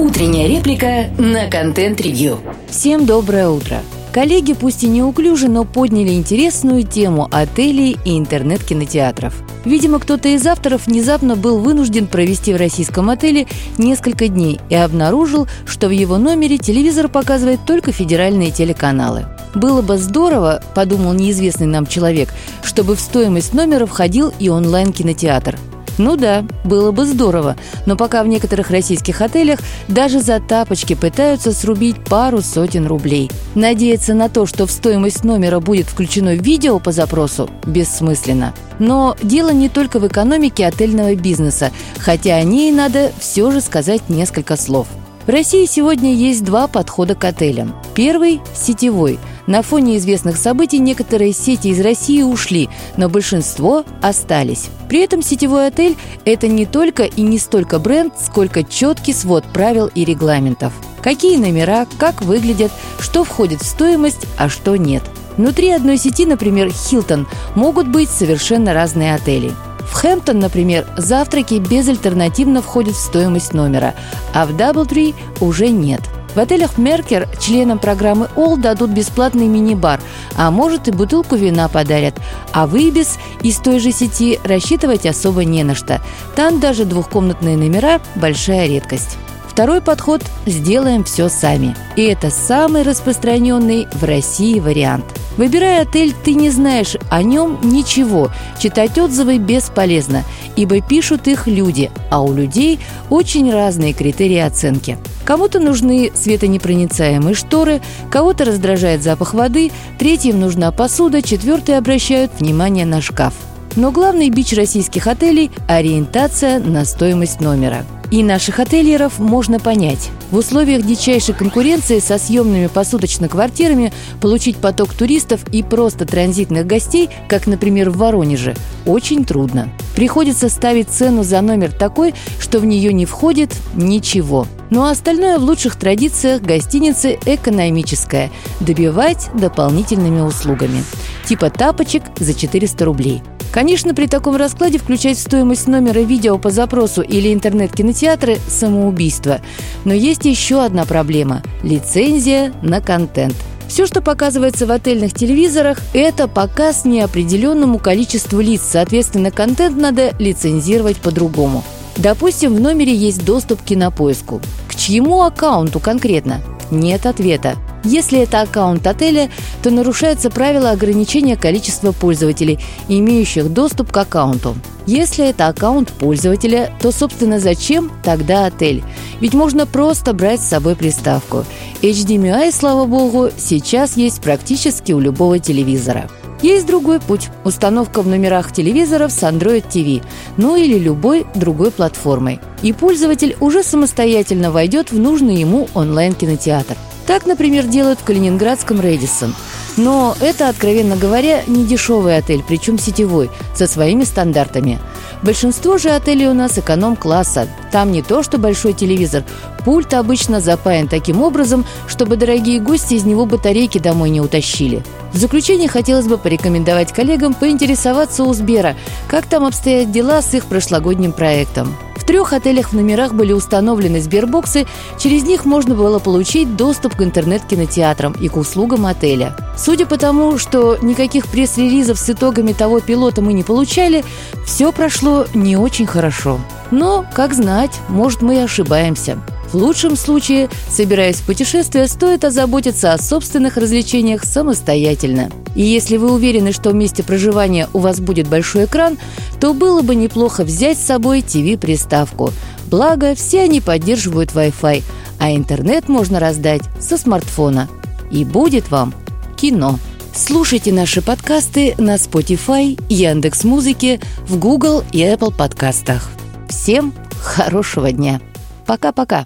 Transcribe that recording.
Утренняя реплика на контент-ревью. Всем доброе утро. Коллеги, пусть и неуклюже, но подняли интересную тему отелей и интернет-кинотеатров. Видимо, кто-то из авторов внезапно был вынужден провести в российском отеле несколько дней и обнаружил, что в его номере телевизор показывает только федеральные телеканалы. Было бы здорово, подумал неизвестный нам человек, чтобы в стоимость номера входил и онлайн-кинотеатр. Ну да, было бы здорово, но пока в некоторых российских отелях даже за тапочки пытаются срубить пару сотен рублей. Надеяться на то, что в стоимость номера будет включено видео по запросу, бессмысленно. Но дело не только в экономике отельного бизнеса, хотя о ней надо все же сказать несколько слов. В России сегодня есть два подхода к отелям. Первый – сетевой. На фоне известных событий некоторые сети из России ушли, но большинство остались. При этом сетевой отель – это не только и не столько бренд, сколько четкий свод правил и регламентов. Какие номера, как выглядят, что входит в стоимость, а что нет. Внутри одной сети, например, Hilton, могут быть совершенно разные отели. В Хэмптон, например, завтраки безальтернативно входят в стоимость номера, а в DoubleTree уже нет. В отелях Меркер членам программы All дадут бесплатный мини-бар, а может и бутылку вина подарят. А в Ibis из той же сети рассчитывать особо не на что. Там даже двухкомнатные номера – большая редкость. Второй подход – сделаем все сами. И это самый распространенный в России вариант. Выбирая отель, ты не знаешь о нем ничего. Читать отзывы бесполезно, ибо пишут их люди, а у людей очень разные критерии оценки. Кому-то нужны светонепроницаемые шторы, кого-то раздражает запах воды, третьим нужна посуда, четвертые обращают внимание на шкаф. Но главный бич российских отелей – ориентация на стоимость номера. И наших отельеров можно понять. В условиях дичайшей конкуренции со съемными посуточно квартирами получить поток туристов и просто транзитных гостей, как, например, в Воронеже, очень трудно. Приходится ставить цену за номер такой, что в нее не входит ничего. Ну а остальное в лучших традициях гостиницы экономическое – добивать дополнительными услугами. Типа тапочек за 400 рублей. Конечно, при таком раскладе включать в стоимость номера видео по запросу или интернет-кинотеатры – самоубийство. Но есть еще одна проблема – лицензия на контент. Все, что показывается в отельных телевизорах – это показ неопределенному количеству лиц, соответственно, контент надо лицензировать по-другому. Допустим, в номере есть доступ к Кинопоиску. К чьему аккаунту конкретно? Нет ответа. Если это аккаунт отеля, то нарушается правило ограничения количества пользователей, имеющих доступ к аккаунту. Если это аккаунт пользователя, то, собственно, зачем тогда отель? Ведь можно просто брать с собой приставку. HDMI, слава богу, сейчас есть практически у любого телевизора. Есть другой путь – установка в номерах телевизоров с Android TV, ну или любой другой платформой. И пользователь уже самостоятельно войдет в нужный ему онлайн-кинотеатр. Так, например, делают в калининградском Рэдиссон. Но это, откровенно говоря, не дешевый отель, причем сетевой, со своими стандартами. Большинство же отелей у нас эконом-класса. Там не то что большой телевизор. Пульт обычно запаян таким образом, чтобы дорогие гости из него батарейки домой не утащили. В заключение хотелось бы порекомендовать коллегам поинтересоваться у Сбера, как там обстоят дела с их прошлогодним проектом. В 3 отелях в номерах были установлены Сбербоксы, через них можно было получить доступ к интернет-кинотеатрам и к услугам отеля. Судя по тому, что никаких пресс-релизов с итогами того пилота мы не получали, все прошло не очень хорошо. Но, как знать, может, мы и ошибаемся. В лучшем случае, собираясь в путешествие, стоит озаботиться о собственных развлечениях самостоятельно. И если вы уверены, что в месте проживания у вас будет большой экран, то было бы неплохо взять с собой ТВ-приставку. Благо, все они поддерживают Wi-Fi, а интернет можно раздать со смартфона. И будет вам кино. Слушайте наши подкасты на Spotify, Яндекс.Музыке, в Google и Apple подкастах. Всем хорошего дня. Пока-пока.